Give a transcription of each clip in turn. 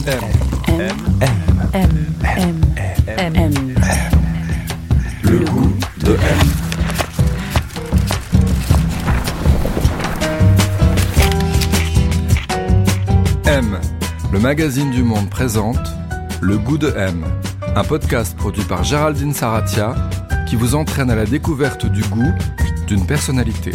Le goût de M. M, le magazine du Monde présente Le goût de M, un podcast produit par Géraldine Saratia qui vous entraîne à la découverte du goût d'une personnalité.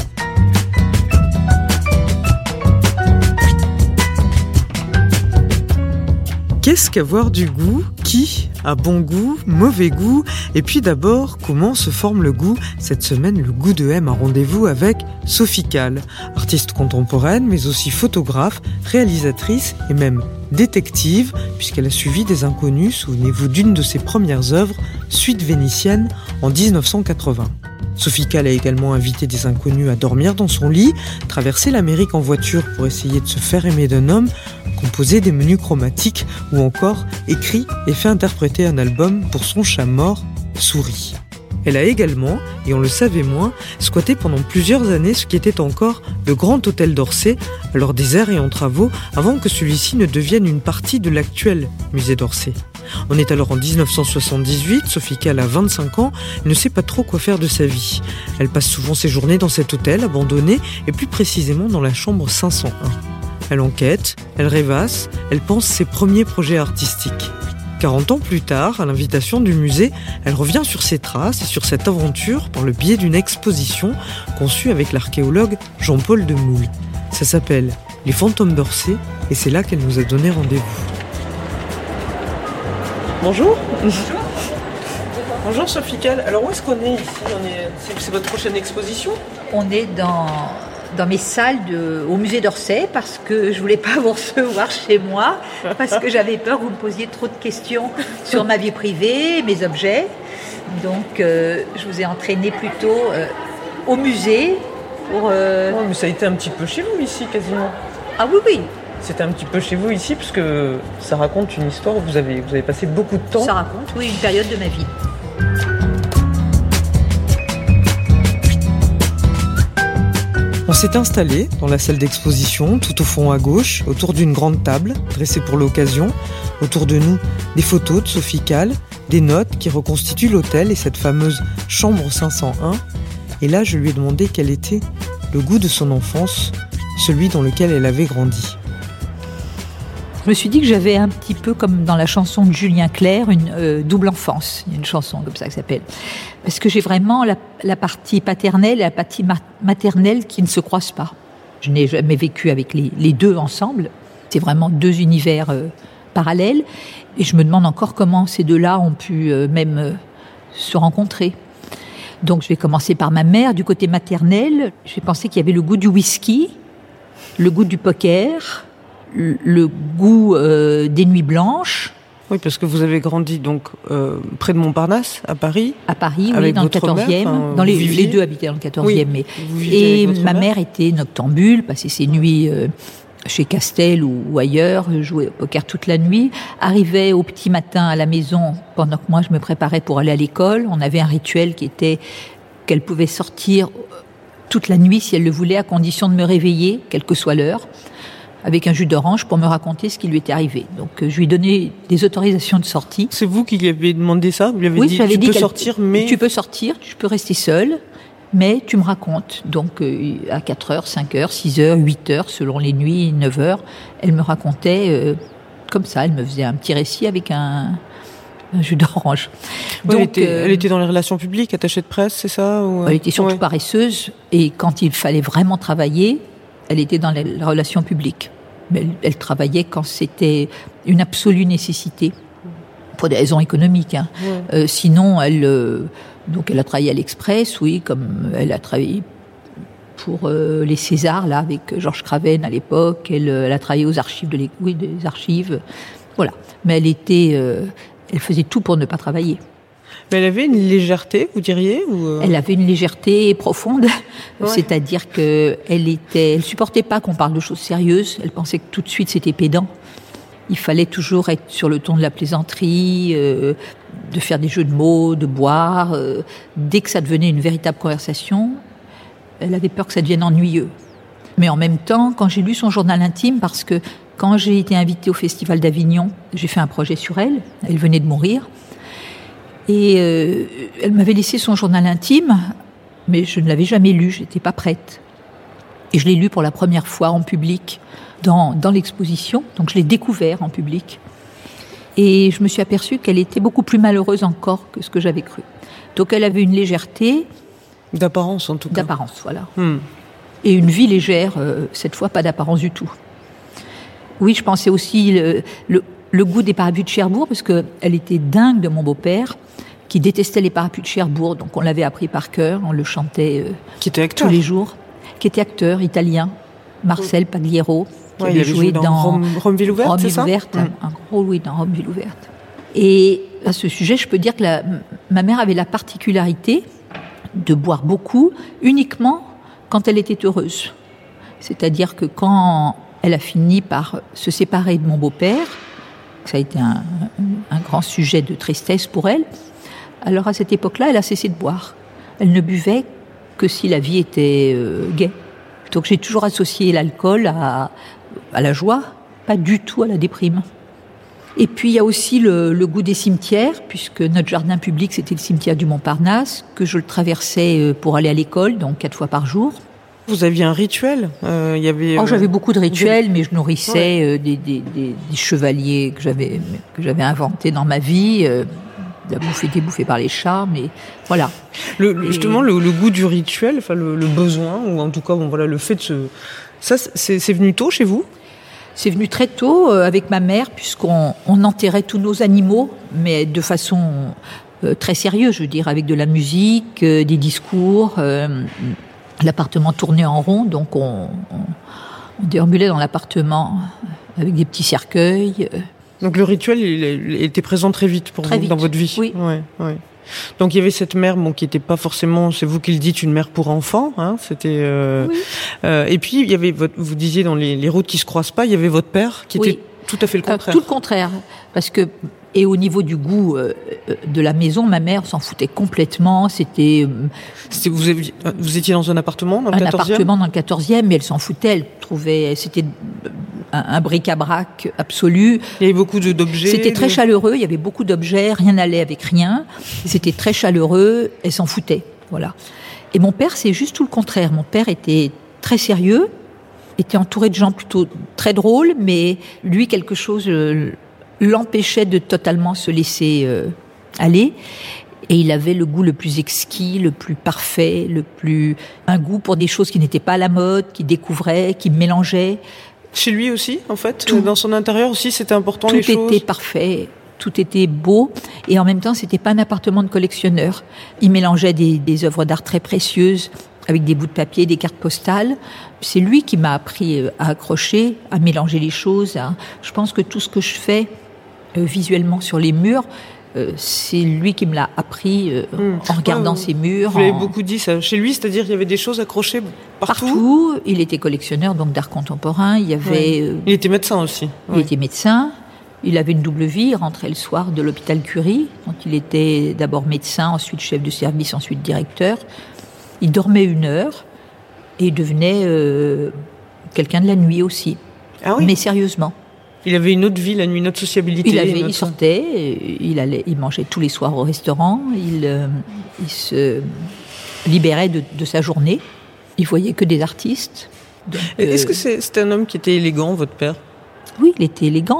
Qu'est-ce qu'avoir du goût ? Qui a bon goût, mauvais goût ? Et puis d'abord, comment se forme le goût ? Cette semaine, le goût de M a rendez-vous avec Sophie Calle, artiste contemporaine, mais aussi photographe, réalisatrice et même détective, puisqu'elle a suivi des inconnus, souvenez-vous d'une de ses premières œuvres, Suite vénitienne, en 1980. Sophie Calle a également invité des inconnus à dormir dans son lit, traverser l'Amérique en voiture pour essayer de se faire aimer d'un homme, composé des menus chromatiques ou encore écrit et fait interpréter un album pour son chat mort, Souris. Elle a également, et on le savait moins, squatté pendant plusieurs années ce qui était encore le Grand Hôtel d'Orsay, alors désert et en travaux, avant que celui-ci ne devienne une partie de l'actuel musée d'Orsay. On est alors en 1978, Sophie Calle a 25 ans et ne sait pas trop quoi faire de sa vie. Elle passe souvent ses journées dans cet hôtel abandonné et plus précisément dans la chambre 501. Elle enquête, elle rêvasse, elle pense ses premiers projets artistiques. 40 ans plus tard, à l'invitation du musée, elle revient sur ses traces et sur cette aventure par le biais d'une exposition conçue avec l'archéologue Jean-Paul Demoule. Ça s'appelle « Les fantômes d'Orsay » et c'est là qu'elle nous a donné rendez-vous. Bonjour. Bonjour Sophie Calle. Alors où est-ce qu'on est ici ? C'est votre prochaine exposition ? On est dans mes salles au musée d'Orsay parce que je voulais pas vous recevoir chez moi parce que j'avais peur que vous me posiez trop de questions sur ma vie privée, mes objets. Donc je vous ai entraîné plutôt au musée pour... Oh, mais ça a été un petit peu chez vous ici quasiment. Ah oui, oui. C'était un petit peu chez vous ici parce que ça raconte une histoire où vous avez passé beaucoup de temps. Ça raconte, oui, une période de ma vie. On s'est installé dans la salle d'exposition, tout au fond à gauche, autour d'une grande table, dressée pour l'occasion. Autour de nous, des photos de Sophie Calle, des notes qui reconstituent l'hôtel et cette fameuse chambre 501. Et là, je lui ai demandé quel était le goût de son enfance, celui dans lequel elle avait grandi. Je me suis dit que j'avais un petit peu comme dans la chanson de Julien Clerc, une double enfance. Il y a une chanson comme ça qui s'appelle. Parce que j'ai vraiment la partie paternelle et la partie maternelle qui ne se croisent pas. Je n'ai jamais vécu avec les deux ensemble. C'est vraiment deux univers parallèles. Et je me demande encore comment ces deux-là ont pu même se rencontrer. Donc je vais commencer par ma mère. Du côté maternel, j'ai pensé qu'il y avait le goût du whisky, le goût du poker, le goût des nuits blanches. Oui, parce que vous avez grandi donc près de Montparnasse, à Paris. À Paris, oui, dans le 14e. Les deux habitaient dans le 14e. Oui, et ma mère était noctambule, passait ses nuits chez Castel ou ailleurs, jouait au poker toute la nuit. Arrivait au petit matin à la maison, pendant que moi je me préparais pour aller à l'école. On avait un rituel qui était qu'elle pouvait sortir toute la nuit si elle le voulait, à condition de me réveiller, quelle que soit l'heure, avec un jus d'orange pour me raconter ce qui lui était arrivé. Donc je lui ai donné des autorisations de sortie. C'est vous qui lui avez demandé ça ? Vous lui avez dit tu peux sortir, mais... Tu peux sortir, tu peux rester seule, mais tu me racontes. Donc à 4h, 5h, 6h, 8h, selon les nuits, 9h, elle me racontait comme ça. Elle me faisait un petit récit avec un jus d'orange. Ouais, donc, elle était dans les relations publiques, attachée de presse, c'est ça ou... Elle était surtout paresseuse, et quand il fallait vraiment travailler, elle était dans les relations publiques. Mais elle travaillait quand c'était une absolue nécessité, pour des raisons économiques. Hein. Ouais. Sinon, elle a travaillé à l'Express, oui, comme elle a travaillé pour les Césars, là, avec Georges Craven à l'époque. Elle a travaillé aux archives des archives. Voilà. Mais elle faisait tout pour ne pas travailler. Mais elle avait une légèreté, vous diriez ou... Elle avait une légèreté profonde, c'est-à-dire elle supportait pas qu'on parle de choses sérieuses. Elle pensait que tout de suite c'était pédant. Il fallait toujours être sur le ton de la plaisanterie, de faire des jeux de mots, de boire. Dès que ça devenait une véritable conversation, elle avait peur que ça devienne ennuyeux. Mais en même temps, quand j'ai lu son journal intime, parce que quand j'ai été invitée au Festival d'Avignon, j'ai fait un projet sur elle. Elle venait de mourir. Et elle m'avait laissé son journal intime, mais je ne l'avais jamais lu, je n'étais pas prête. Et je l'ai lu pour la première fois en public, dans l'exposition. Donc je l'ai découvert en public. Et je me suis aperçue qu'elle était beaucoup plus malheureuse encore que ce que j'avais cru. Donc elle avait une légèreté. D'apparence, en tout cas. D'apparence, voilà. Et une vie légère, cette fois pas d'apparence du tout. Oui, je pensais aussi le goût des parapluies de Cherbourg, parce qu'elle était dingue de mon beau-père, qui détestait les parapluies de Cherbourg, donc on l'avait appris par cœur, on le chantait qui était acteur. Tous les jours. Qui était acteur italien, Marcel Pagliero, qui il avait avait joué dans Rome Ville Ouverte, Rome c'est Ville ça Ouverte, un gros Louis dans Rome Ville Ouverte. Et à ce sujet, je peux dire que ma mère avait la particularité de boire beaucoup, uniquement quand elle était heureuse. C'est-à-dire que quand elle a fini par se séparer de mon beau-père, ça a été un grand sujet de tristesse pour elle, alors à cette époque-là, elle a cessé de boire. Elle ne buvait que si la vie était gaie. Donc j'ai toujours associé l'alcool à la joie, pas du tout à la déprime. Et puis il y a aussi le goût des cimetières, puisque notre jardin public c'était le cimetière du Montparnasse, que je le traversais pour aller à l'école, donc 4 fois par jour. Vous aviez un rituel J'avais beaucoup de rituels, mais je nourrissais des chevaliers que j'avais inventés dans ma vie. La bouffe était bouffée par les chats, mais voilà. Justement, le goût du rituel, enfin le besoin, ou en tout cas, le fait de ça, c'est venu tôt chez vous ? C'est venu très tôt avec ma mère, puisqu'on enterrait tous nos animaux, mais de façon très sérieuse, je veux dire, avec de la musique, des discours. L'appartement tournait en rond, donc on déambulait dans l'appartement avec des petits cercueils. Donc le rituel, il était présent très vite pour vous, dans votre vie. Oui. Ouais. Donc il y avait cette mère, qui n'était pas forcément, c'est vous qui le dites, une mère pour enfants. C'était. Oui. Et puis il y avait vous disiez dans les routes qui se croisent pas, il y avait votre père qui était tout à fait le contraire. Tout le contraire, parce que et au niveau du goût de la maison, ma mère s'en foutait complètement. Vous étiez dans un appartement dans le 14e ? Un appartement dans le 14e, mais elle s'en foutait. Elle trouvait c'était un bric-à-brac absolu. Il y avait beaucoup d'objets. C'était très chaleureux, il y avait beaucoup d'objets, rien n'allait avec rien. C'était très chaleureux, elle s'en foutait. Voilà. Et mon père, c'est juste tout le contraire. Mon père était très sérieux, était entouré de gens plutôt très drôles, mais lui, quelque chose l'empêchait de totalement se laisser aller. Et il avait le goût le plus exquis, le plus parfait, un goût pour des choses qui n'étaient pas à la mode, qu'il découvrait, qu'il mélangeait. Chez lui aussi, en fait, dans son intérieur aussi, c'était important les choses. Tout était parfait, tout était beau, et en même temps, c'était pas un appartement de collectionneur. Il mélangeait des œuvres d'art très précieuses avec des bouts de papier, des cartes postales. C'est lui qui m'a appris à accrocher, à mélanger les choses. Je pense que tout ce que je fais visuellement sur les murs, c'est lui qui me l'a appris en regardant ces murs. Vous l'avez beaucoup dit ça. Chez lui, c'est-à-dire il y avait des choses accrochées partout. Il était collectionneur donc d'art contemporain. Il était médecin aussi. Il était médecin. Il avait une double vie. Il rentrait le soir de l'hôpital Curie. Donc il était d'abord médecin, ensuite chef de service, ensuite directeur. Il dormait 1 heure et il devenait quelqu'un de la nuit aussi. Ah oui. Mais sérieusement. Il avait une autre vie la nuit, une autre sociabilité. Il sortait, il mangeait tous les soirs au restaurant, il se libérait de sa journée. Il voyait que des artistes. Donc, est-ce que c'était un homme qui était élégant, votre père ? Oui, il était élégant.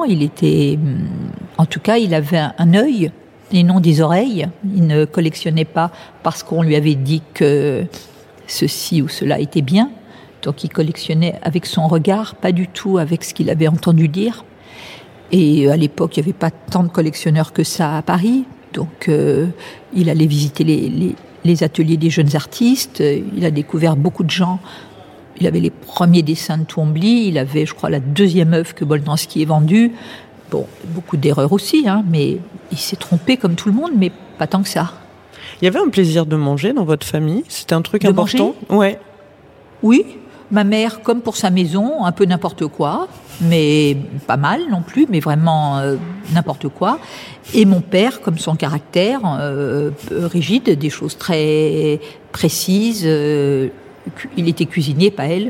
En tout cas, il avait un œil et non des oreilles. Il ne collectionnait pas parce qu'on lui avait dit que ceci ou cela était bien. Donc il collectionnait avec son regard, pas du tout avec ce qu'il avait entendu dire. Et à l'époque, il n'y avait pas tant de collectionneurs que ça à Paris. Donc il allait visiter les ateliers des jeunes artistes. Il a découvert beaucoup de gens. Il avait les premiers dessins de Twombly. Il avait, je crois, la 2e œuvre que Boltanski ait vendue. Bon, beaucoup d'erreurs aussi, mais il s'est trompé comme tout le monde, mais pas tant que ça. Il y avait un plaisir de manger dans votre famille ? C'était un truc important ? Ouais. Oui. Ma mère, comme pour sa maison, un peu n'importe quoi, mais pas mal non plus, mais vraiment n'importe quoi. Et mon père, comme son caractère, rigide, des choses très précises. Il était cuisinier, pas elle.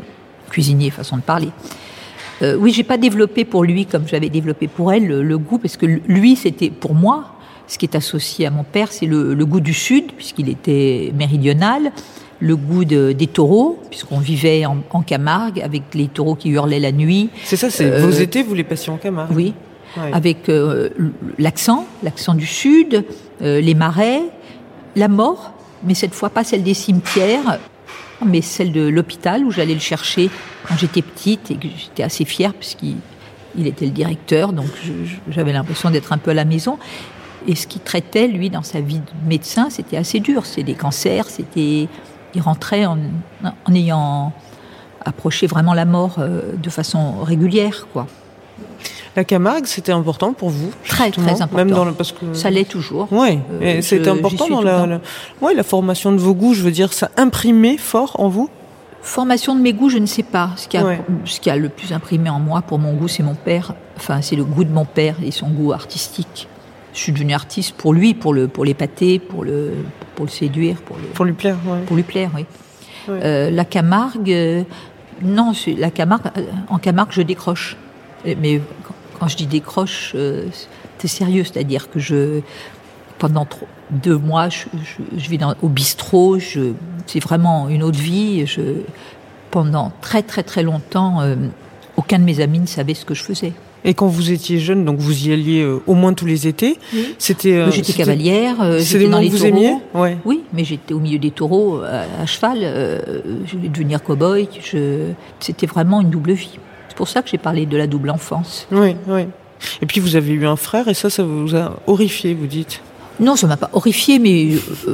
cuisinier, façon de parler. Oui, j'ai pas développé pour lui comme j'avais développé pour elle le goût, parce que lui, c'était pour moi, ce qui est associé à mon père, c'est le goût du Sud, puisqu'il était méridional, le goût des taureaux, puisqu'on vivait en Camargue, avec les taureaux qui hurlaient la nuit. C'est ça, vos étés, vous les passiez en Camargue. Oui, ouais. Avec l'accent du Sud, les marais, la mort, mais cette fois pas celle des cimetières, mais celle de l'hôpital où j'allais le chercher quand j'étais petite et que j'étais assez fière puisqu'il était le directeur, donc j'avais l'impression d'être un peu à la maison. Et ce qu'il traitait, lui, dans sa vie de médecin, c'était assez dur. C'était des cancers, il rentrait en ayant approché vraiment la mort de façon régulière, quoi. La Camargue, c'était important pour vous? Très, très important. Même parce que... Ça l'est toujours. Oui, c'était important dans la formation de vos goûts, je veux dire, ça imprimait fort en vous? Formation de mes goûts, je ne sais pas. Ce qui a le plus imprimé en moi pour mon goût, c'est mon père. Enfin, c'est le goût de mon père et son goût artistique. Je suis devenue artiste pour lui, pour l'épater, pour le séduire. Pour lui plaire, oui. Pour lui plaire, oui. Ouais. La Camargue, non, la Camargue, en Camargue, je décroche. Mais quand je dis décroche, c'est sérieux, c'est-à-dire que pendant 2 mois, je vis au bistrot, c'est vraiment une autre vie. Pendant très très très longtemps, aucun de mes amis ne savait ce que je faisais. Et quand vous étiez jeune, donc vous y alliez au moins tous les étés, oui. J'étais cavalière, j'étais dans les vous taureaux. Aimiez ouais. Oui, mais j'étais au milieu des taureaux à cheval. Je voulais devenir cow-boy. C'était vraiment une double vie. C'est pour ça que j'ai parlé de la double enfance. Oui, oui. Et puis vous avez eu un frère et ça vous a horrifié, vous dites? Non, ça m'a pas horrifié, mais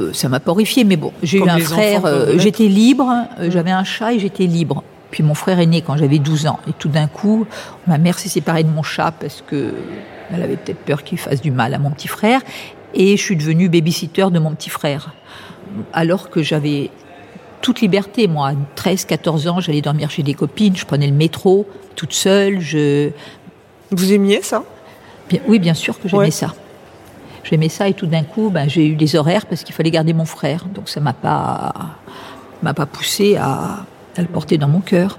bon, j'ai eu un frère. J'étais libre. J'avais un chat et j'étais libre. Puis mon frère est né quand j'avais 12 ans. Et tout d'un coup, ma mère s'est séparée de mon chat parce qu'elle avait peut-être peur qu'il fasse du mal à mon petit frère. Et je suis devenue baby-sitter de mon petit frère. Alors que j'avais toute liberté, moi. À 13, 14 ans, j'allais dormir chez des copines, je prenais le métro, toute seule. Vous aimiez ça? Oui, bien sûr que j'aimais ça. J'aimais ça et tout d'un coup, j'ai eu des horaires parce qu'il fallait garder mon frère. Donc ça m'a pas poussée à le porter dans mon cœur.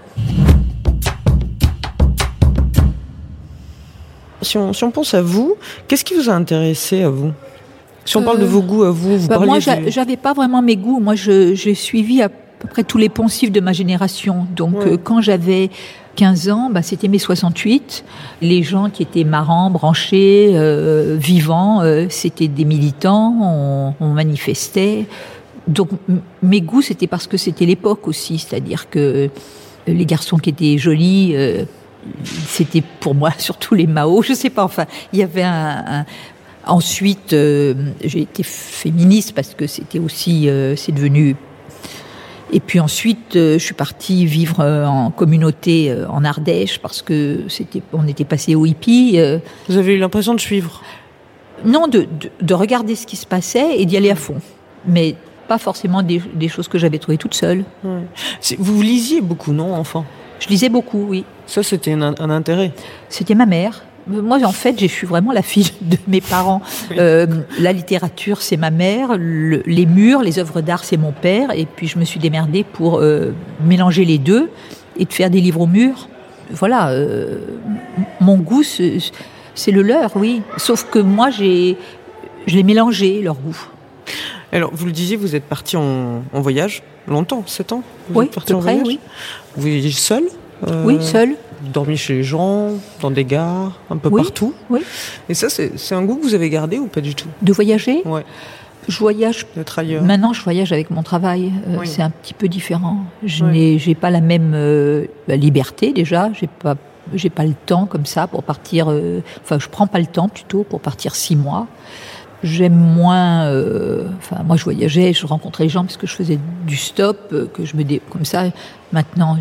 Si on pense à vous, qu'est-ce qui vous a intéressé à vous? Si on parle de vos goûts à vous, parliez... Moi, j'avais pas vraiment mes goûts. Moi, j'ai suivi à peu près tous les poncifs de ma génération. Donc, quand j'avais 15 ans, c'était mai 68. Les gens qui étaient marrants, branchés, vivants, c'était des militants, on manifestait. Donc mes goûts, c'était parce que c'était l'époque aussi, c'est-à-dire que les garçons qui étaient jolis, c'était pour moi surtout les Mao, je sais pas, enfin, il y avait Ensuite, j'ai été féministe parce que c'était aussi, c'est devenu... Et puis ensuite, je suis partie vivre en communauté en Ardèche parce que on était passé au hippie. Vous avez eu l'impression de suivre? Non, de regarder ce qui se passait et d'y aller à fond. Mais pas forcément des choses que j'avais trouvées toute seule. Ouais. Vous lisiez beaucoup, non, enfant? Je lisais beaucoup, oui. Ça, c'était un intérêt? C'était ma mère. Moi, en fait, je suis vraiment la fille de mes parents. Oui. La littérature, c'est ma mère. Les murs, les œuvres d'art, c'est mon père. Et puis, je me suis démerdée pour mélanger les deux et de faire des livres au mur. Voilà. Mon goût, c'est le leur, oui. Sauf que moi, je l'ai mélangé, leur goût. Alors, vous le disiez, vous êtes partie en voyage longtemps, 7 ans? Oui, à peu près, oui. Vous voyagez seule? Oui, seule. Vous dormiez chez les gens, dans des gares, un peu partout? Oui. Et ça, c'est un goût que vous avez gardé ou pas du tout? De voyager? Oui. Je voyage. D'être ailleurs. Maintenant, je voyage avec mon travail. Oui. C'est un petit peu différent. J'ai pas la même liberté déjà. J'ai pas le temps comme ça pour partir. Enfin, je prends pas le temps plutôt pour partir 6 mois. J'aime moins. Moi, je voyageais, je rencontrais les gens parce que je faisais du stop, comme ça. Maintenant,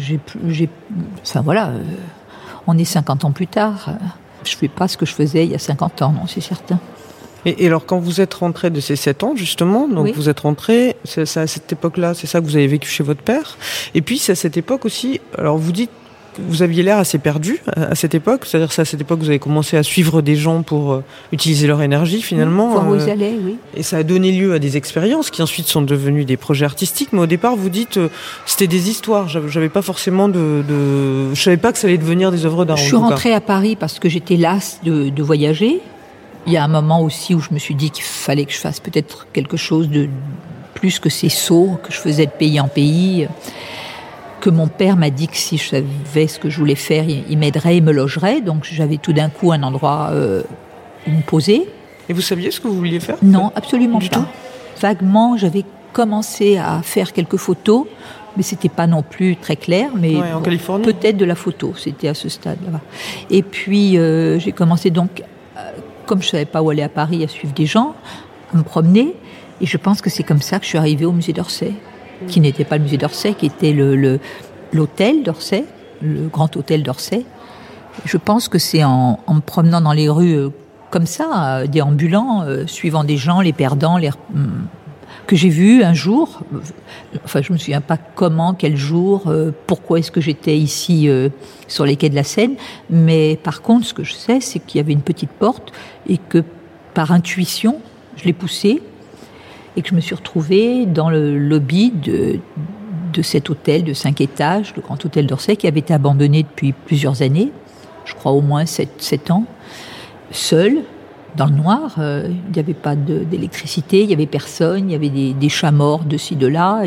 on est 50 ans plus tard. Je fais pas ce que je faisais il y a 50 ans, non, c'est certain. Et alors, quand vous êtes rentrée de ces 7 ans, justement, donc vous êtes rentrée, c'est à cette époque-là, c'est ça que vous avez vécu chez votre père. Et puis, c'est à cette époque aussi, alors vous dites, vous aviez l'air assez perdu à cette époque. C'est-à-dire qu'à cette époque, vous avez commencé à suivre des gens pour utiliser leur énergie, finalement. Voir où ils allaient, oui. Et ça a donné lieu à des expériences qui ensuite sont devenues des projets artistiques. Mais au départ, vous dites, c'était des histoires. J'avais pas forcément je savais pas que ça allait devenir des œuvres d'art. Je suis rentrée à Paris parce que j'étais lasse de voyager. Il y a un moment aussi où je me suis dit qu'il fallait que je fasse peut-être quelque chose de plus que ces sauts que je faisais de pays en pays. Que mon père m'a dit que si je savais ce que je voulais faire, il m'aiderait, il me logerait. Donc j'avais tout d'un coup un endroit où me poser. Et vous saviez ce que vous vouliez faire ? Non, absolument du pas. tout. Vaguement, j'avais commencé à faire quelques photos, mais c'était pas non plus très clair. Mais en Californie. Peut-être de la photo, c'était à ce stade-là. Et puis j'ai commencé donc, comme je savais pas où aller à Paris, à suivre des gens, à me promener. Et je pense que c'est comme ça que je suis arrivée au musée d'Orsay. Qui n'était pas le musée d'Orsay, qui était l'hôtel d'Orsay, le grand hôtel d'Orsay. Je pense que c'est en me promenant dans les rues comme ça, déambulant, suivant des gens, les perdant, que j'ai vu un jour, enfin je me souviens pas comment, quel jour, pourquoi est-ce que j'étais ici sur les quais de la Seine, mais par contre ce que je sais, c'est qu'il y avait une petite porte et que par intuition, je l'ai poussée, et que je me suis retrouvée dans le lobby de cet hôtel de 5 étages, le grand hôtel d'Orsay, qui avait été abandonné depuis plusieurs années, je crois au moins 7 ans, seul, dans le noir. Il n'y avait pas d'électricité, il n'y avait personne, il y avait des chats morts de ci, de là.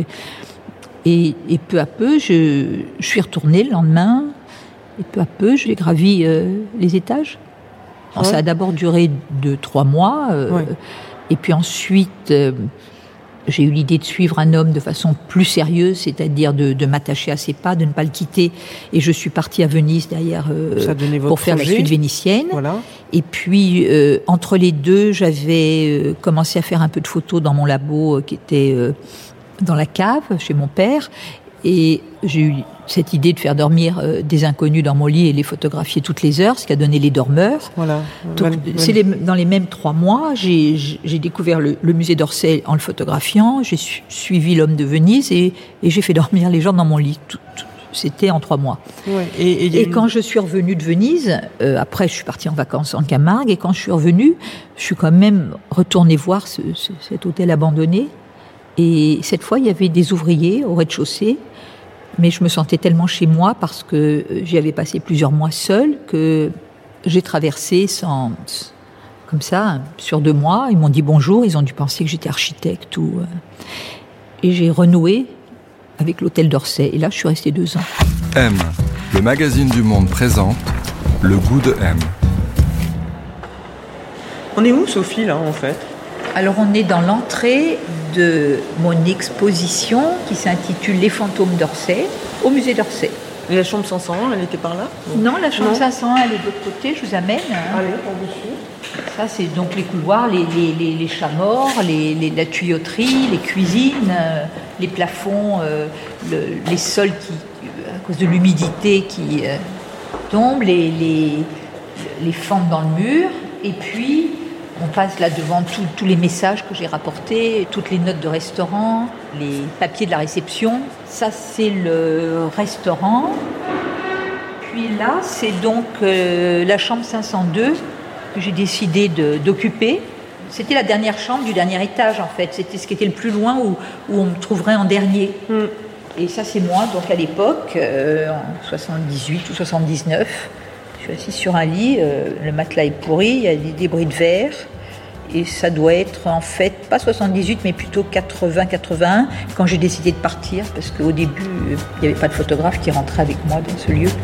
Et peu à peu, je suis retournée le lendemain, et peu à peu, j'ai gravi les étages. Alors, ça a d'abord duré 2-3 mois, et puis ensuite, j'ai eu l'idée de suivre un homme de façon plus sérieuse, c'est-à-dire de m'attacher à ses pas, de ne pas le quitter. Et je suis partie à Venise derrière pour faire la suite vénitienne. Voilà. Et puis, entre les deux, j'avais commencé à faire un peu de photos dans mon labo qui était dans la cave, chez mon père. Et j'ai eu cette idée de faire dormir des inconnus dans mon lit et les photographier toutes les heures, ce qui a donné Les Dormeurs. Voilà. Donc, dans les mêmes 3 mois, j'ai découvert le musée d'Orsay en le photographiant, j'ai suivi l'homme de Venise et j'ai fait dormir les gens dans mon lit. C'était en 3 mois. Ouais. Et quand je suis revenue de Venise, après je suis partie en vacances en Camargue, et quand je suis revenue, je suis quand même retournée voir cet hôtel abandonné. Et cette fois, il y avait des ouvriers au rez-de-chaussée, mais je me sentais tellement chez moi parce que j'y avais passé plusieurs mois seule que j'ai traversé comme ça, sur 2 mois. Ils m'ont dit bonjour, ils ont dû penser que j'étais architecte. Et j'ai renoué avec l'hôtel d'Orsay. Et là, je suis restée 2 ans. M, le magazine du Monde présente Le goût de M. On est où, Sophie, là, en fait ? Alors, on est dans l'entrée de mon exposition qui s'intitule Les fantômes d'Orsay, au musée d'Orsay. Et la chambre 501, elle était par là ? Non, la chambre 501, elle est de l'autre côté, je vous amène. Allez, par-dessus. Ça, c'est donc les couloirs, les chats morts, la tuyauterie, les cuisines, les plafonds, les sols qui, à cause de l'humidité qui tombent, les fentes dans le mur, et puis on passe là devant tous les messages que j'ai rapportés, toutes les notes de restaurant, les papiers de la réception. Ça, c'est le restaurant. Puis là, c'est donc la chambre 502 que j'ai décidé d'occuper. C'était la dernière chambre du dernier étage, en fait. C'était ce qui était le plus loin où on me trouverait en dernier. Et ça, c'est moi, donc à l'époque, en 78 ou 79. Je suis assise sur un lit, le matelas est pourri, il y a des débris de verre, et ça doit être en fait, pas 78, mais plutôt 80-81, quand j'ai décidé de partir, parce qu'au début, il n'y avait pas de photographe qui rentrait avec moi dans ce lieu.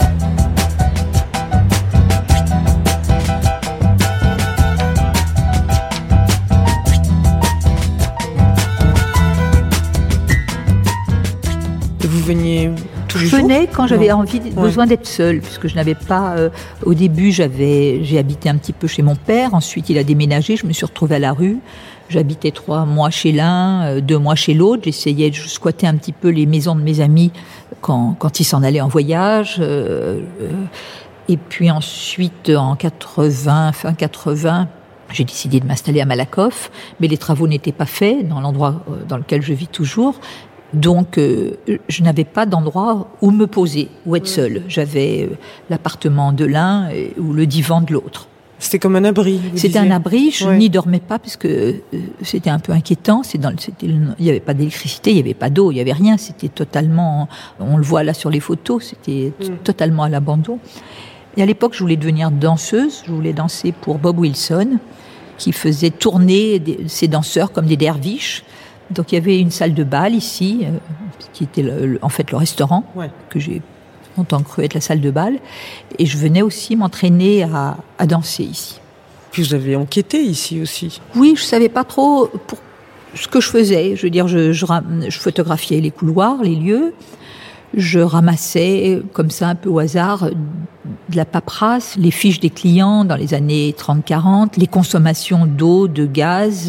Et vous veniez... Je venais quand j'avais besoin d'être seule, parce que je n'avais pas... au début, j'ai habité un petit peu chez mon père, ensuite il a déménagé, je me suis retrouvée à la rue. J'habitais 3 mois chez l'un, 2 mois chez l'autre. J'essayais de squatter un petit peu les maisons de mes amis quand ils s'en allaient en voyage. Et puis ensuite, fin 80... j'ai décidé de m'installer à Malakoff, mais les travaux n'étaient pas faits dans l'endroit dans lequel je vis toujours. Donc, je n'avais pas d'endroit où me poser, où être seule. J'avais l'appartement de l'un ou le divan de l'autre. C'était comme un abri. C'était un abri. Je n'y dormais pas parce que c'était un peu inquiétant. Il n'y avait pas d'électricité, il n'y avait pas d'eau, il n'y avait rien. C'était totalement, on le voit là sur les photos, c'était totalement à l'abandon. Et à l'époque, je voulais devenir danseuse. Je voulais danser pour Bob Wilson, qui faisait tourner ses danseurs comme des derviches. Donc il y avait une salle de bal ici, qui était en fait le restaurant, que j'ai longtemps cru être la salle de bal. Et je venais aussi m'entraîner à danser ici. Puis vous avez enquêté ici aussi. Oui, je ne savais pas trop pour ce que je faisais. Je veux dire, je photographiais les couloirs, les lieux. Je ramassais comme ça un peu au hasard de la paperasse, les fiches des clients dans les années 30-40, les consommations d'eau, de gaz,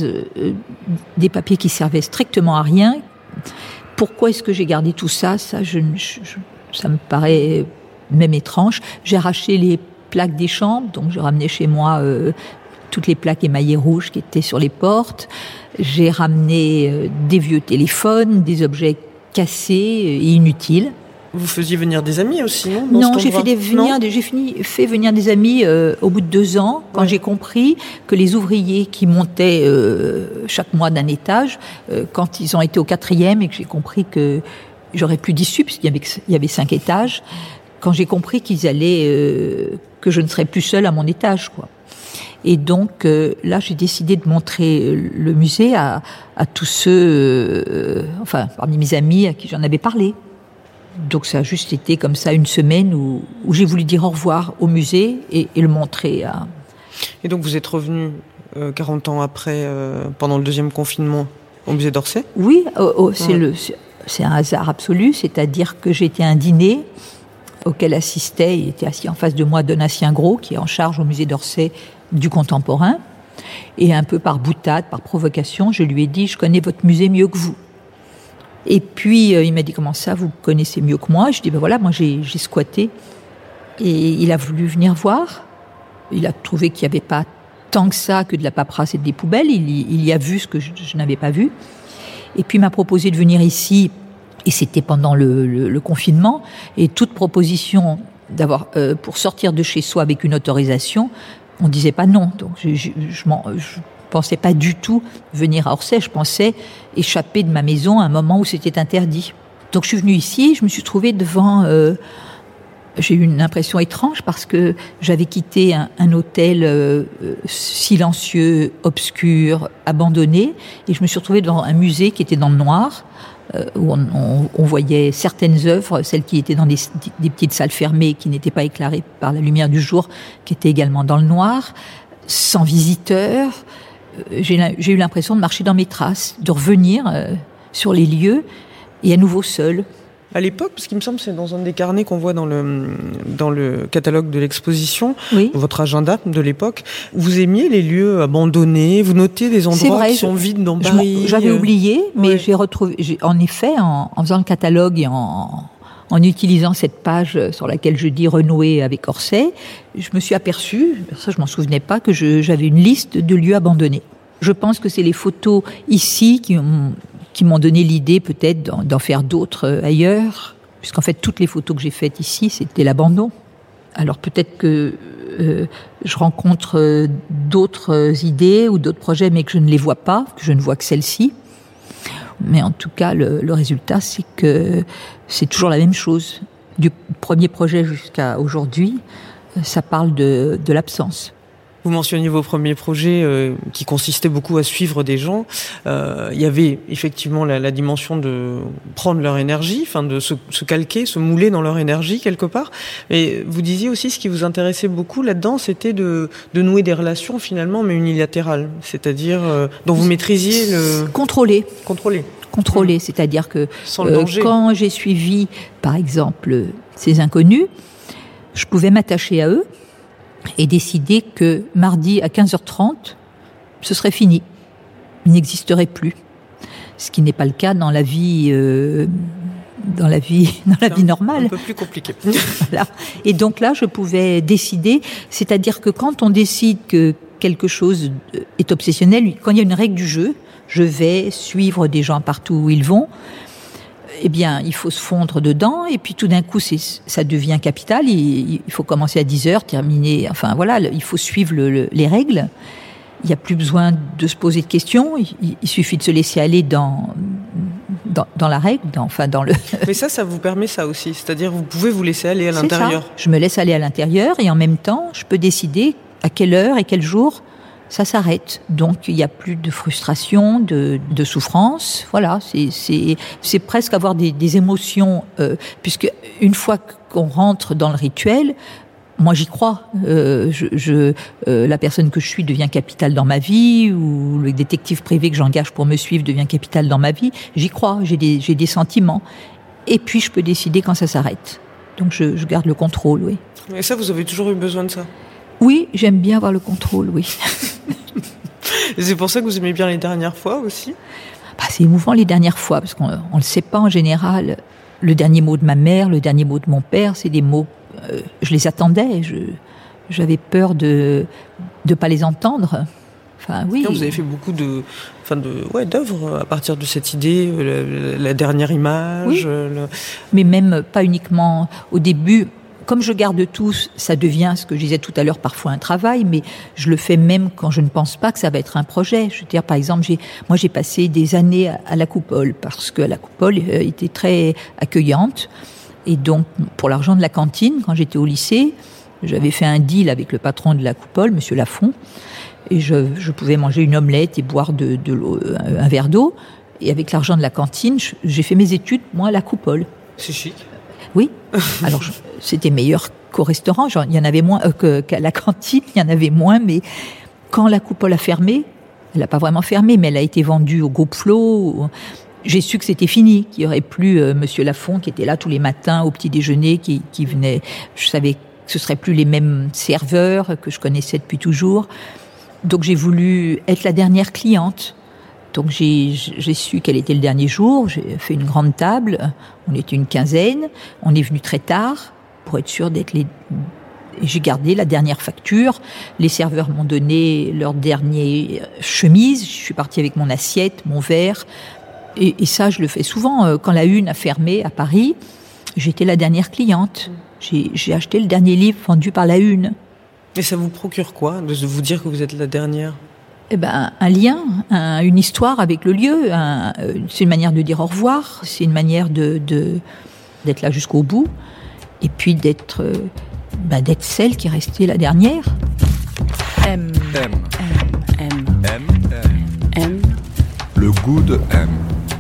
des papiers qui servaient strictement à rien. Pourquoi est-ce que j'ai gardé tout ça ? Ça me paraît même étrange. J'ai arraché les plaques des chambres, donc je ramenais chez moi toutes les plaques émaillées rouges qui étaient sur les portes. J'ai ramené des vieux téléphones, des objets cassés et inutiles. Vous faisiez venir des amis aussi, non ? Non, j'ai fait venir des amis au bout de 2 ans, quand j'ai compris que les ouvriers qui montaient chaque mois d'un étage, quand ils ont été au 4e et que j'ai compris que j'aurais plus d'issue, puisqu'il y avait 5 étages, quand j'ai compris qu'ils allaient, que je ne serais plus seule à mon étage, quoi. Et donc là, j'ai décidé de montrer le musée à tous ceux, parmi mes amis à qui j'en avais parlé. Donc ça a juste été comme ça une semaine où j'ai voulu dire au revoir au musée et le montrer à... Et donc vous êtes revenu 40 ans après, pendant le 2e confinement, au musée d'Orsay ? Oui, c'est un hasard absolu, c'est-à-dire que j'étais à un dîner auquel assistait, il était assis en face de moi, Donatien Gros, qui est en charge au musée d'Orsay du contemporain, et un peu par boutade, par provocation, je lui ai dit « Je connais votre musée mieux que vous ». Et puis, il m'a dit « Comment ça, vous connaissez mieux que moi ?» Je dis « Ben voilà, moi j'ai squatté. » Et il a voulu venir voir. Il a trouvé qu'il n'y avait pas tant que ça que de la paperasse et des poubelles. Il y a vu ce que je n'avais pas vu. Et puis, il m'a proposé de venir ici, et c'était pendant le confinement, et toute proposition d'avoir pour sortir de chez soi avec une autorisation, on disait pas non. Donc, je pensais pas du tout venir à Orsay. Je pensais échapper de ma maison à un moment où c'était interdit. Donc, je suis venue ici, je me suis trouvée devant... j'ai eu une impression étrange parce que j'avais quitté un hôtel silencieux, obscur, abandonné, et je me suis retrouvée devant un musée qui était dans le noir, où on voyait certaines œuvres, celles qui étaient dans des petites salles fermées, qui n'étaient pas éclairées par la lumière du jour, qui étaient également dans le noir, sans visiteurs. J'ai eu l'impression de marcher dans mes traces, de revenir sur les lieux, et à nouveau seule. À l'époque, parce qu'il me semble que c'est dans un des carnets qu'on voit dans le catalogue de l'exposition, votre agenda de l'époque, vous aimiez les lieux abandonnés, vous notez des endroits qui sont vides dans Paris. J'avais oublié, mais j'ai retrouvé, en effet, en faisant le catalogue et en utilisant cette page sur laquelle je dis renouer avec Orsay, je me suis aperçue, ça je m'en souvenais pas, que j'avais une liste de lieux abandonnés. Je pense que c'est les photos ici qui m'ont donné l'idée peut-être d'en faire d'autres ailleurs, puisqu'en fait toutes les photos que j'ai faites ici, c'était l'abandon. Alors peut-être que je rencontre d'autres idées ou d'autres projets, mais que je ne les vois pas, que je ne vois que celle-ci. Mais en tout cas, le résultat, c'est que c'est toujours la même chose. Du premier projet jusqu'à aujourd'hui, ça parle de l'absence. Vous mentionniez vos premiers projets qui consistaient beaucoup à suivre des gens. Il y avait effectivement la dimension de prendre leur énergie, enfin de se calquer, se mouler dans leur énergie quelque part. Et vous disiez aussi ce qui vous intéressait beaucoup là-dedans, c'était de nouer des relations finalement, mais unilatérales, c'est-à-dire dont vous maîtrisiez le... Contrôler, c'est-à-dire que sans le danger. Quand j'ai suivi, par exemple, ces inconnus, je pouvais m'attacher à eux et décider que mardi à 15h30, ce serait fini. Ils n'existeraient plus. Ce qui n'est pas le cas dans la vie normale. Un peu plus compliqué. Voilà. Et donc là, je pouvais décider, c'est-à-dire que quand on décide que quelque chose est obsessionnel, quand il y a une règle du jeu, je vais suivre des gens partout où ils vont. eh bien, il faut se fondre dedans, et puis tout d'un coup, ça devient capital. Il faut commencer à 10h, terminer. Enfin voilà, il faut suivre les règles. Il n'y a plus besoin de se poser de questions. Il suffit de se laisser aller dans la règle, dans le. Mais ça vous permet ça aussi. C'est-à-dire, vous pouvez vous laisser aller à l'intérieur. Ça. Je me laisse aller à l'intérieur, et en même temps, je peux décider à quelle heure et quel jour ça s'arrête. Donc, il n'y a plus de frustration, de souffrance. Voilà, c'est presque avoir des émotions, puisque une fois qu'on rentre dans le rituel, moi j'y crois. La personne que je suis devient capitale dans ma vie, ou le détective privé que j'engage pour me suivre devient capital dans ma vie. J'y crois, j'ai des sentiments. Et puis, je peux décider quand ça s'arrête. Donc, je garde le contrôle, oui. Et ça, vous avez toujours eu besoin de ça ? Oui, j'aime bien avoir le contrôle, oui. Et c'est pour ça que vous aimez bien les dernières fois aussi ? C'est émouvant les dernières fois, parce qu'on ne le sait pas en général. Le dernier mot de ma mère, le dernier mot de mon père, c'est des mots, je les attendais, j'avais peur de pas les entendre. Enfin, oui. Vous avez fait beaucoup d'œuvres à partir de cette idée, la dernière image. Oui. Mais même pas uniquement au début. Comme je garde tout, ça devient, ce que je disais tout à l'heure, parfois un travail, mais je le fais même quand je ne pense pas que ça va être un projet. Je veux dire, par exemple, j'ai passé des années à la Coupole, parce que la Coupole était très accueillante. Et donc, pour l'argent de la cantine, quand j'étais au lycée, j'avais fait un deal avec le patron de la Coupole, Monsieur Lafont, et je pouvais manger une omelette et boire de l'eau, un verre d'eau. Et avec l'argent de la cantine, j'ai fait mes études, moi, à la Coupole. C'est chic. Oui. Alors, c'était meilleur qu'au restaurant. Il y en avait moins qu'à la cantine. Il y en avait moins. Mais quand la Coupole a fermé, elle n'a pas vraiment fermé, mais elle a été vendue au groupe Flo. J'ai su que c'était fini, qu'il n'y aurait plus Monsieur Lafont qui était là tous les matins au petit déjeuner, qui venait. Je savais que ce ne seraient plus les mêmes serveurs que je connaissais depuis toujours. Donc, j'ai voulu être la dernière cliente. Donc j'ai su quel était le dernier jour, j'ai fait une grande table, on était une quinzaine, on est venu très tard pour être sûr d'être j'ai gardé la dernière facture, les serveurs m'ont donné leur dernière chemise, je suis partie avec mon assiette, mon verre, et ça je le fais souvent, quand la Une a fermé à Paris, j'étais la dernière cliente, j'ai acheté le dernier livre vendu par la Une. Et ça vous procure quoi, de vous dire que vous êtes la dernière ? Un lien, une histoire avec le lieu. C'est une manière de dire au revoir. C'est une manière d'être là jusqu'au bout. Et puis d'être celle qui est restée la dernière. M. Le goût de M.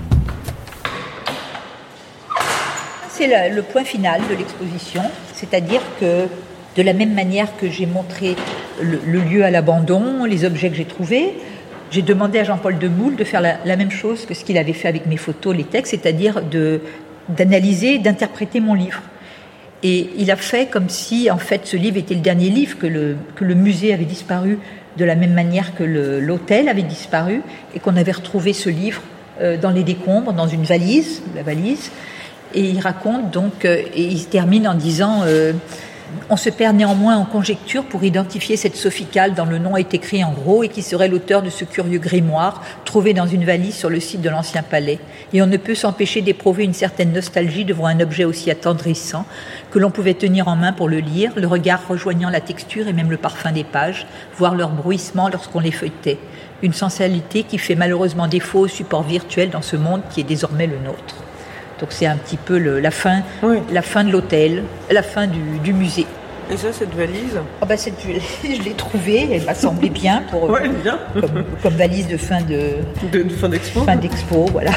C'est le point final de l'exposition. C'est-à-dire que de la même manière que j'ai montré le lieu à l'abandon, les objets que j'ai trouvés, j'ai demandé à Jean-Paul Demoule de faire la même chose que ce qu'il avait fait avec mes photos, les textes, c'est-à-dire d'analyser, d'interpréter mon livre. Et il a fait comme si, en fait, ce livre était le dernier livre, que le musée avait disparu de la même manière que l'hôtel avait disparu, et qu'on avait retrouvé ce livre dans les décombres, dans une valise, la valise. Et il raconte donc, et il se termine en disant... on se perd néanmoins en conjecture pour identifier cette Sophie Calle dont le nom est écrit en gros et qui serait l'auteur de ce curieux grimoire trouvé dans une valise sur le site de l'ancien palais. Et on ne peut s'empêcher d'éprouver une certaine nostalgie devant un objet aussi attendrissant que l'on pouvait tenir en main pour le lire, le regard rejoignant la texture et même le parfum des pages, voire leur bruissement lorsqu'on les feuilletait. Une sensualité qui fait malheureusement défaut au support virtuel dans ce monde qui est désormais le nôtre. Donc c'est un petit peu la fin de l'hôtel, la fin du musée. Et ça, cette valise ? Cette valise, je l'ai trouvée, elle m'a semblé bien, bien. Comme valise de fin d'expo. Fin d'expo, voilà.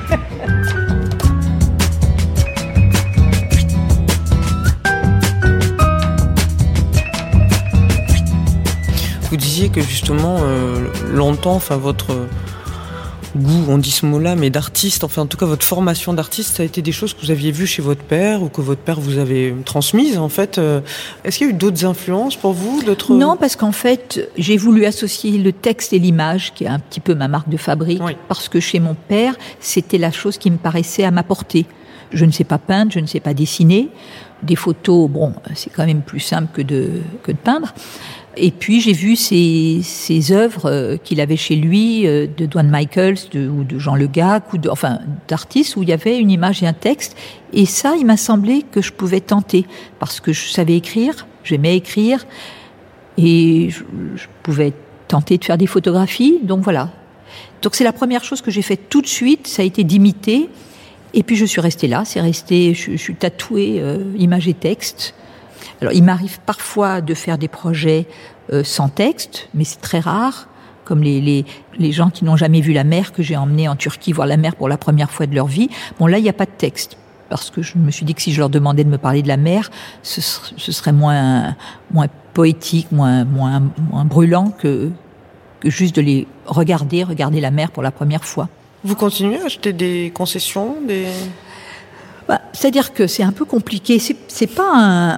Vous disiez que justement, longtemps, votre goût, on dit ce mot-là, mais d'artiste, en tout cas votre formation d'artiste, ça a été des choses que vous aviez vues chez votre père ou que votre père vous avait transmises, en fait. Est-ce qu'il y a eu d'autres influences pour vous, d'autres... Non, parce qu'en fait, j'ai voulu associer le texte et l'image, qui est un petit peu ma marque de fabrique, parce que chez mon père, c'était la chose qui me paraissait à ma portée. Je ne sais pas peindre, je ne sais pas dessiner, des photos, bon, c'est quand même plus simple que de peindre. Et puis j'ai vu ces œuvres qu'il avait chez lui, de Duane Michaels ou de Jean Le Gac, d'artistes où il y avait une image et un texte. Et ça, il m'a semblé que je pouvais tenter, parce que je savais écrire, j'aimais écrire, et je pouvais tenter de faire des photographies. Donc voilà. Donc c'est la première chose que j'ai faite tout de suite, ça a été d'imiter. Et puis je suis restée là, je suis tatouée image et texte. Alors il m'arrive parfois de faire des projets sans texte, mais c'est très rare, comme les gens qui n'ont jamais vu la mer, que j'ai emmenés en Turquie voir la mer pour la première fois de leur vie. Bon là il n'y a pas de texte, parce que je me suis dit que si je leur demandais de me parler de la mer, ce serait moins poétique, moins brûlant que juste de les regarder la mer pour la première fois. Vous continuez à acheter des concessions, c'est-à-dire que c'est un peu compliqué. C'est pas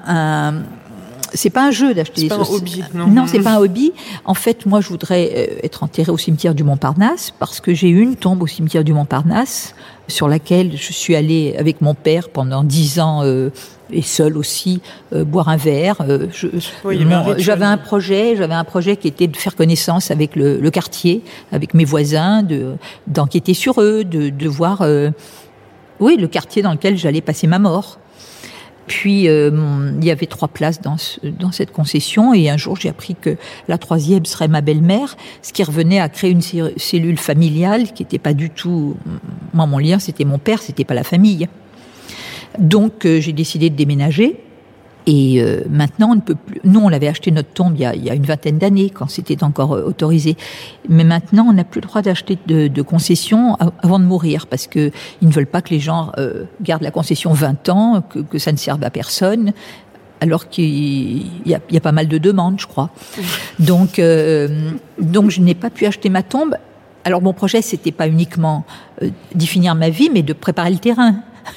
un jeu d'acheter des choses. C'est pas un hobby, non. Non, c'est pas un hobby. En fait, moi, je voudrais être enterrée au cimetière du Montparnasse, parce que j'ai eu une tombe au cimetière du Montparnasse, sur laquelle je suis allée avec mon père pendant 10 ans, et seule aussi, boire un verre. J'avais un projet qui était de faire connaissance avec le quartier, avec mes voisins, d'enquêter sur eux, de voir, le quartier dans lequel j'allais passer ma mort. Puis il y avait 3 places dans cette concession, et un jour j'ai appris que la 3e serait ma belle-mère, ce qui revenait à créer une cellule familiale qui n'était pas du tout. Moi, mon lien, c'était mon père, c'était pas la famille. Donc j'ai décidé de déménager. Et maintenant, on ne peut plus. Nous, on avait acheté notre tombe il y a une 20aine d'années, quand c'était encore autorisé. Mais maintenant, on n'a plus le droit d'acheter de concessions avant de mourir, parce que ils ne veulent pas que les gens gardent la concession 20 ans, que ça ne serve à personne, alors qu'il y a pas mal de demandes, je crois. Donc je n'ai pas pu acheter ma tombe. Alors, mon projet, c'était pas uniquement d'y finir ma vie, mais de préparer le terrain.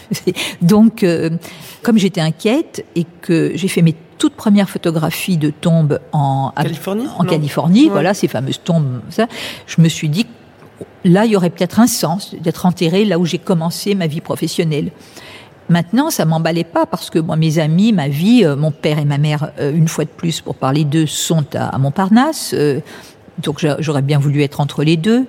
Donc, comme j'étais inquiète et que j'ai fait mes toutes premières photographies de tombes en Californie, ouais. Voilà, ces fameuses tombes, ça, je me suis dit, là, il y aurait peut-être un sens d'être enterrée là où j'ai commencé ma vie professionnelle. Maintenant, ça m'emballait pas, parce que moi, mes amis, ma vie, mon père et ma mère, une fois de plus, pour parler d'eux, sont à Montparnasse. Donc, j'aurais bien voulu être entre les deux.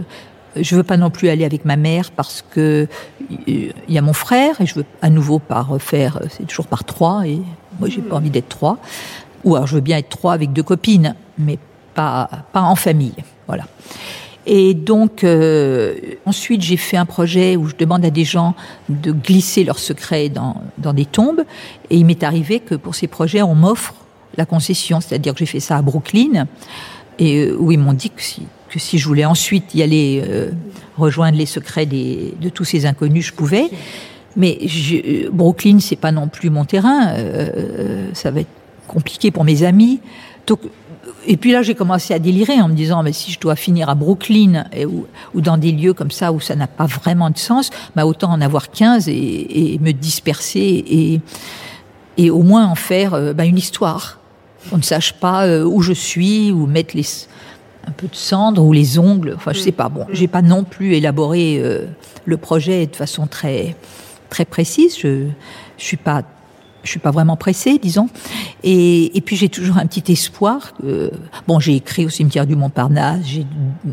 Je veux pas non plus aller avec ma mère, parce que il y a mon frère, et je veux à nouveau pas refaire, c'est toujours par 3, et moi j'ai pas envie d'être 3. Ou alors je veux bien être 3 avec 2 copines, mais pas en famille, voilà. Et donc ensuite j'ai fait un projet où je demande à des gens de glisser leurs secrets dans des tombes, et il m'est arrivé que pour ces projets on m'offre la concession, c'est-à-dire que j'ai fait ça à Brooklyn, et où ils m'ont dit que si je voulais ensuite y aller rejoindre les secrets de tous ces inconnus, je pouvais. Mais Brooklyn, c'est pas non plus mon terrain. Ça va être compliqué pour mes amis. Donc, et puis là, j'ai commencé à délirer en me disant, mais si je dois finir à Brooklyn ou dans des lieux comme ça où ça n'a pas vraiment de sens, bah autant en avoir 15 et me disperser et au moins en faire une histoire. On ne sache pas où je suis, ou mettre un peu de cendre ou les ongles, enfin je sais pas. Bon, j'ai pas non plus élaboré le projet de façon très très précise. Je suis pas vraiment pressée, disons. Et puis j'ai toujours un petit espoir. J'ai écrit au cimetière du Montparnasse, j'ai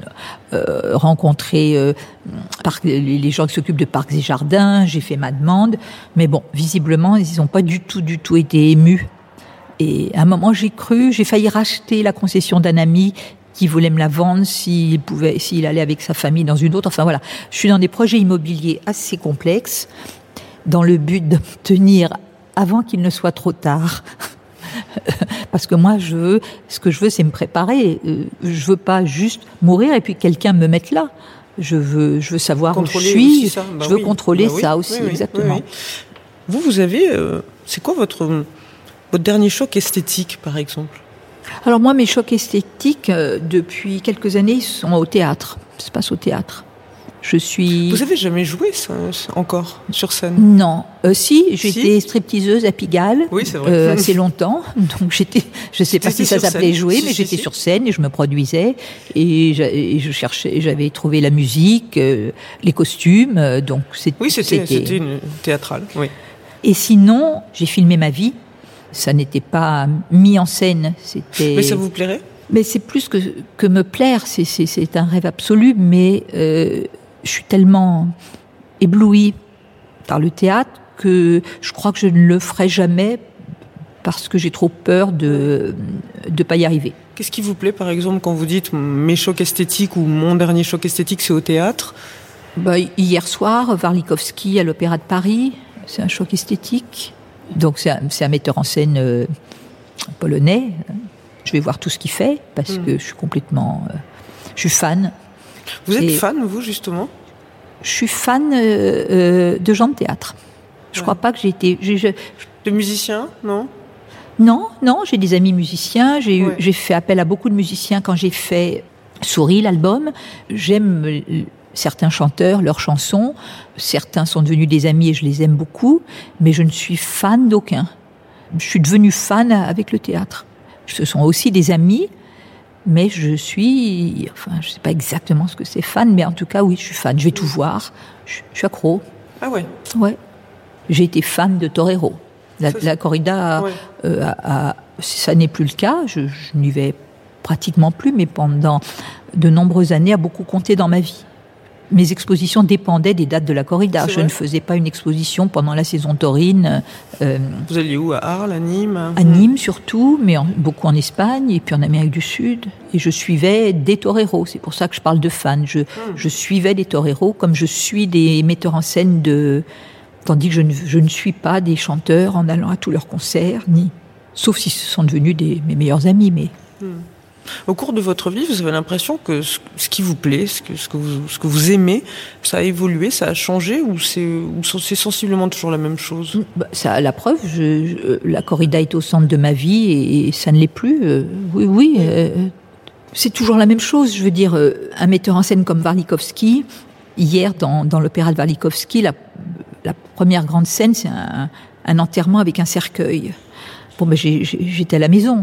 rencontré les gens qui s'occupent de parcs et jardins, j'ai fait ma demande, mais bon, visiblement ils n'ont pas du tout été émus. Et à un moment j'ai failli racheter la concession d'un ami qui voulait me la vendre s'il allait avec sa famille dans une autre. Enfin voilà, je suis dans des projets immobiliers assez complexes, dans le but d'obtenir avant qu'il ne soit trop tard. Parce que moi, ce que je veux, c'est me préparer. Je veux pas juste mourir et puis quelqu'un me mette là. Je veux savoir contrôler où je suis. Aussi ça. Je veux contrôler ça aussi, exactement. Oui. Vous avez, c'est quoi votre dernier choc esthétique, par exemple? Alors moi, mes chocs esthétiques, depuis quelques années, sont au théâtre. Ça se passe au théâtre. Vous avez jamais joué ça, encore sur scène? Non. J'étais stripteaseuse à Pigalle. Oui, c'est vrai. Assez longtemps. Donc je sais pas si ça s'appelait jouer, mais j'étais sur scène et je me produisais et je cherchais, j'avais trouvé la musique, les costumes. Donc c'était une théâtrale. Oui. Et sinon, j'ai filmé ma vie. Ça n'était pas mis en scène. Mais ça vous plairait ? Mais c'est plus que me plaire. C'est un rêve absolu. Mais je suis tellement éblouie par le théâtre que je crois que je ne le ferai jamais parce que j'ai trop peur de pas y arriver. Qu'est-ce qui vous plaît, par exemple, quand vous dites mes chocs esthétiques ou mon dernier choc esthétique, c'est au théâtre ? Hier soir, Warlikowski à l'Opéra de Paris, c'est un choc esthétique. Donc c'est un metteur en scène polonais. Je vais voir tout ce qu'il fait parce que je suis complètement... je suis fan. Vous êtes fan, vous, justement ? Je suis fan de gens de théâtre. Je crois pas que j'ai été... De musiciens, non ? Non, j'ai des amis musiciens. J'ai fait appel à beaucoup de musiciens quand j'ai fait Souris, l'album. J'aime certains chanteurs, leurs chansons. Certains sont devenus des amis et je les aime beaucoup. Mais je ne suis fan d'aucun. Je suis devenue fan avec le théâtre. Ce sont aussi des amis, mais je suis... Enfin, je sais pas exactement ce que c'est fan, mais en tout cas, oui, je suis fan. Je vais tout voir. Je suis accro. Ah ouais ? Ouais. J'ai été fan de Torero. La corrida, ça n'est plus le cas. Je n'y vais pratiquement plus, mais pendant de nombreuses années, a beaucoup compté dans ma vie. Mes expositions dépendaient des dates de la corrida. Je ne faisais pas une exposition pendant la saison taurine. Vous alliez où ? À Arles, à Nîmes ? À Nîmes surtout, mais beaucoup en Espagne et puis en Amérique du Sud. Et je suivais des toreros. C'est pour ça que je parle de fans. Je suivais des toreros comme je suis des metteurs en scène tandis que je ne suis pas des chanteurs en allant à tous leurs concerts, sauf si ce sont devenus mes meilleurs amis. Mais... Au cours de votre vie, vous avez l'impression que ce qui vous plaît, ce que vous aimez, ça a évolué, ça a changé, ou c'est sensiblement toujours la même chose ? Ça, la preuve, la corrida est au centre de ma vie et ça ne l'est plus. Oui. C'est toujours la même chose. Je veux dire, un metteur en scène comme Warlikowski, hier dans l'opéra de Warlikowski, la première grande scène, c'est un enterrement avec un cercueil. Bon, j'étais à la maison.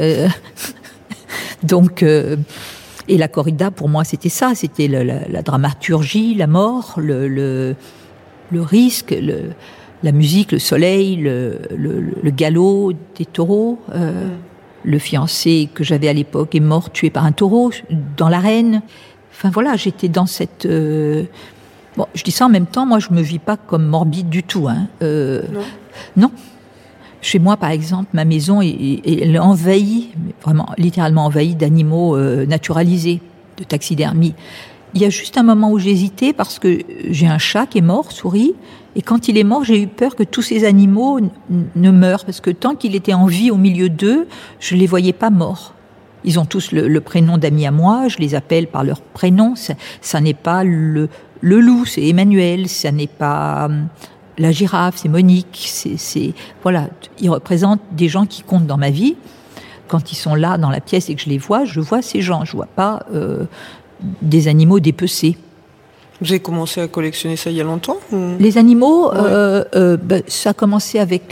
Donc, et la corrida, pour moi, c'était ça. C'était la dramaturgie, la mort, le risque, la musique, le soleil, le galop des taureaux. Le fiancé que j'avais à l'époque est mort, tué par un taureau, dans l'arène. Enfin, voilà, j'étais dans cette... Bon, je dis ça en même temps, moi je me vis pas comme morbide du tout. Non. Chez moi, par exemple, ma maison elle est envahie, vraiment littéralement envahie d'animaux naturalisés, de taxidermie. Il y a juste un moment où j'ai hésité parce que j'ai un chat qui est mort, Souris, et quand il est mort, j'ai eu peur que tous ces animaux ne meurent parce que tant qu'il était en vie au milieu d'eux, je les voyais pas morts. Ils ont tous le prénom d'amis à moi, je les appelle par leur prénom. Ça n'est pas le loup, c'est Emmanuel, ça n'est pas la girafe, c'est Monique. Voilà, ils représentent des gens qui comptent dans ma vie. Quand ils sont là dans la pièce et que je vois ces gens. Je vois pas des animaux dépecés. Vous avez commencé à collectionner ça il y a longtemps ou... Les animaux, ça a commencé avec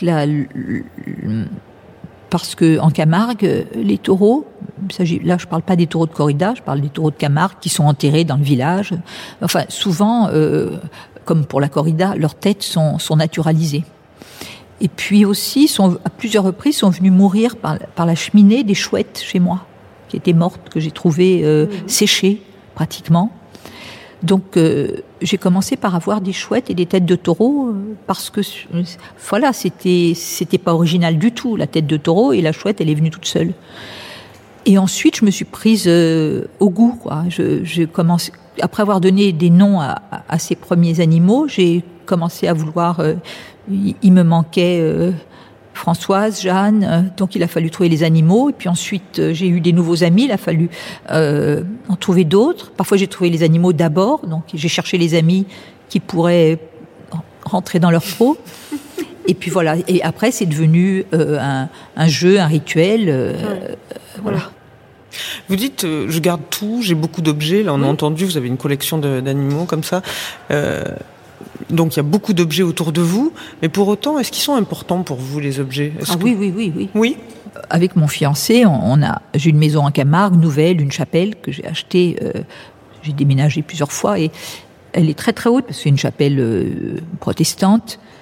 parce que en Camargue, les taureaux, là je parle pas des taureaux de corrida, je parle des taureaux de Camargue qui sont enterrés dans le village. Enfin, souvent, comme pour la corrida, leurs têtes sont naturalisées. Et puis aussi, à plusieurs reprises, sont venus mourir par la cheminée des chouettes chez moi, qui étaient mortes, que j'ai trouvées séchées pratiquement. Donc, j'ai commencé par avoir des chouettes et des têtes de taureau parce que, voilà, c'était pas original du tout, la tête de taureau, et la chouette, elle est venue toute seule. Et ensuite, je me suis prise au goût, quoi. Je commence, après avoir donné des noms à ces premiers animaux, j'ai commencé à vouloir, il me manquait Françoise, Jeanne, donc il a fallu trouver les animaux. Et puis ensuite, j'ai eu des nouveaux amis, il a fallu en trouver d'autres. Parfois, j'ai trouvé les animaux d'abord, donc j'ai cherché les amis qui pourraient rentrer dans leur peau. Et puis voilà, et après, c'est devenu un jeu, un rituel. Voilà. Vous dites, je garde tout, j'ai beaucoup d'objets. Là, on a entendu, vous avez une collection d'animaux comme ça. Donc, il y a beaucoup d'objets autour de vous. Mais pour autant, est-ce qu'ils sont importants pour vous, les objets ? Oui. Oui. Avec mon fiancé, j'ai une maison en Camargue, nouvelle, une chapelle que j'ai achetée. J'ai déménagé plusieurs fois et elle est très très haute parce que c'est une chapelle protestante.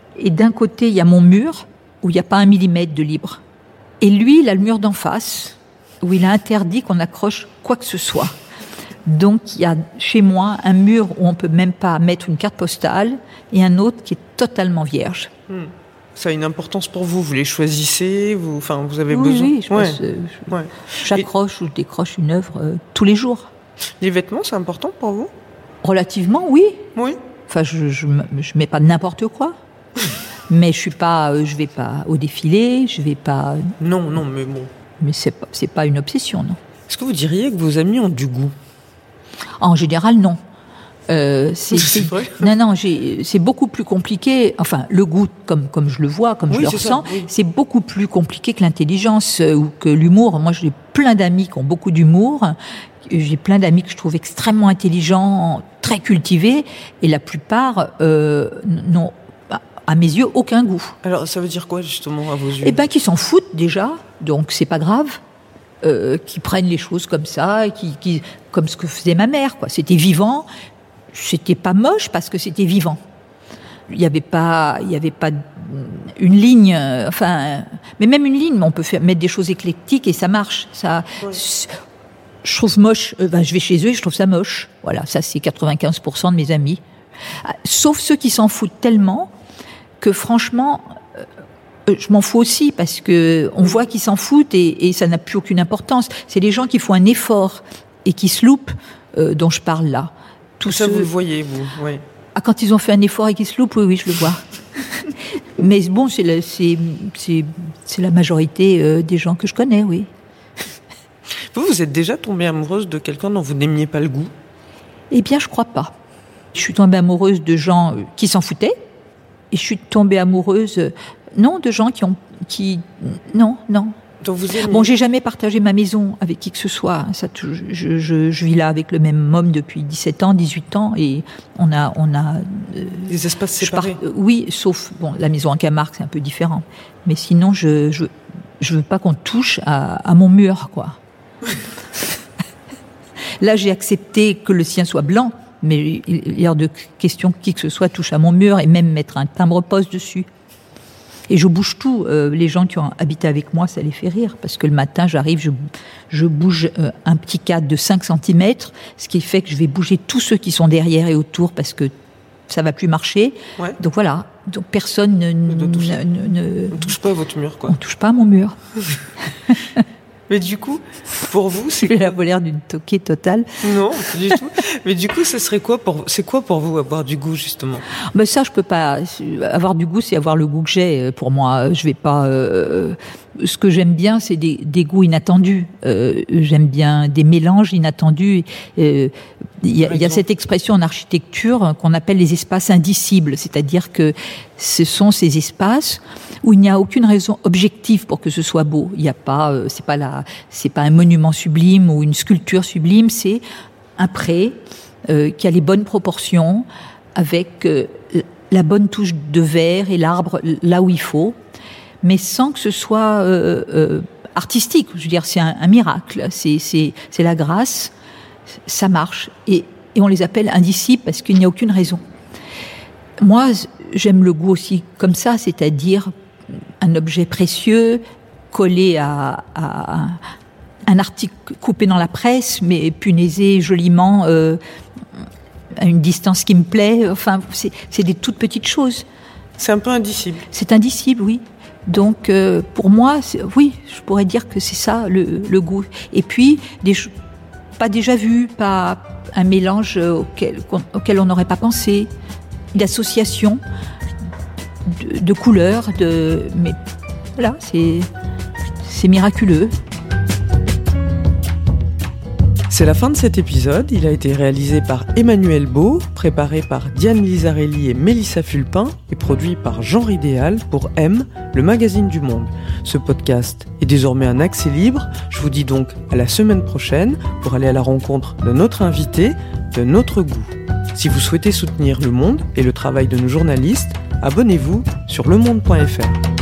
Et d'un côté, il y a mon mur, où il n'y a pas 1 millimètre de libre. Et lui, il a le mur d'en face, où il a interdit qu'on accroche quoi que ce soit. Donc, il y a chez moi un mur où on ne peut même pas mettre une carte postale, et un autre qui est totalement vierge. Ça a une importance pour vous, vous les choisissez, vous avez oui, besoin. Oui, j'accroche ou je décroche une œuvre tous les jours. Les vêtements, c'est important pour vous ? Relativement, oui. Oui. Enfin, je mets pas n'importe quoi. Mais je vais pas au défilé, je vais pas. Non, mais bon. Mais c'est pas une obsession, non. Est-ce que vous diriez que vos amis ont du goût ? En général, non. C'est vrai ? Non, c'est beaucoup plus compliqué. Enfin, le goût, comme je le vois, comme je le ressens, c'est beaucoup plus compliqué que l'intelligence ou que l'humour. Moi, j'ai plein d'amis qui ont beaucoup d'humour. J'ai plein d'amis que je trouve extrêmement intelligents, très cultivés, et la plupart n'ont, à mes yeux, aucun goût. Alors, ça veut dire quoi, justement, à vos yeux ? Eh ben, qu'ils s'en foutent déjà, donc c'est pas grave. Qui prennent les choses comme ça, comme ce que faisait ma mère, quoi. C'était vivant, c'était pas moche parce que c'était vivant. Il y avait pas une ligne, mais même une ligne, on peut mettre des choses éclectiques et ça marche. Ça, je trouve moche. Je vais chez eux et je trouve ça moche. Voilà, ça c'est 95% de mes amis, sauf ceux qui s'en foutent tellement que franchement. Je m'en fous aussi parce que on voit qu'ils s'en foutent et ça n'a plus aucune importance. C'est les gens qui font un effort et qui se loupent dont je parle là. Tout ça, vous le voyez, vous, oui. Ah, quand ils ont fait un effort et qu'ils se loupent, oui, je le vois. Mais bon, c'est la majorité des gens que je connais, oui. Vous êtes déjà tombée amoureuse de quelqu'un dont vous n'aimiez pas le goût ? Eh bien, je crois pas. Je suis tombée amoureuse de gens qui s'en foutaient et je suis tombée amoureuse... Non, de gens non. Donc vous aimez... Bon, j'ai jamais partagé ma maison avec qui que ce soit. Ça, je vis là avec le même homme depuis 17 ans, 18 ans, et on a des espaces séparés. Oui, sauf la maison en Camargue, c'est un peu différent. Mais sinon, je veux pas qu'on touche à mon mur, quoi. Là, j'ai accepté que le sien soit blanc, mais il y a de question que qui que ce soit touche à mon mur et même mettre un timbre-poste dessus. Et je bouge tout. Les gens qui ont habité avec moi, ça les fait rire. Parce que le matin, j'arrive, je bouge un petit cadre de 5 cm, ce qui fait que je vais bouger tous ceux qui sont derrière et autour parce que ça va plus marcher. Ouais. Donc voilà. Donc personne ne touche pas à votre mur, quoi. On touche pas à mon mur. Mais du coup, pour vous, c'est... J'ai l'air d'une toquée totale. Non, pas du tout. Mais du coup, c'est quoi pour vous avoir du goût, justement ? Ben ça, je peux pas. Avoir du goût, c'est avoir le goût que j'ai. Pour moi, je vais pas... Ce que j'aime bien, c'est des goûts inattendus. J'aime bien des mélanges inattendus. Il y a cette expression en architecture qu'on appelle les espaces indicibles. C'est-à-dire que ce sont ces espaces où il n'y a aucune raison objective pour que ce soit beau. Il n'y a pas, c'est pas un monument sublime ou une sculpture sublime, c'est un pré qui a les bonnes proportions, avec la bonne touche de vert et l'arbre là où il faut, mais sans que ce soit artistique. Je veux dire, c'est un miracle, c'est la grâce, ça marche. Et on les appelle indicibles parce qu'il n'y a aucune raison. Moi, j'aime le goût aussi comme ça, c'est-à-dire un objet précieux collé à un article coupé dans la presse, mais punaisé joliment à une distance qui me plaît. Enfin, c'est des toutes petites choses. C'est un peu indicible. C'est indicible, oui. Donc, pour moi, oui, je pourrais dire que c'est ça, le goût. Et puis, pas déjà vu, pas un mélange auquel on n'aurait pas pensé, d'association de couleurs, mais voilà, c'est miraculeux. C'est la fin de cet épisode. Il a été réalisé par Emmanuel Beau, préparé par Diane Lizarelli et Mélissa Fulpin et produit par Genre Idéal pour M, le magazine du Monde. Ce podcast est désormais un accès libre. Je vous dis donc à la semaine prochaine pour aller à la rencontre de notre invité, de notre goût. Si vous souhaitez soutenir Le Monde et le travail de nos journalistes, abonnez-vous sur lemonde.fr.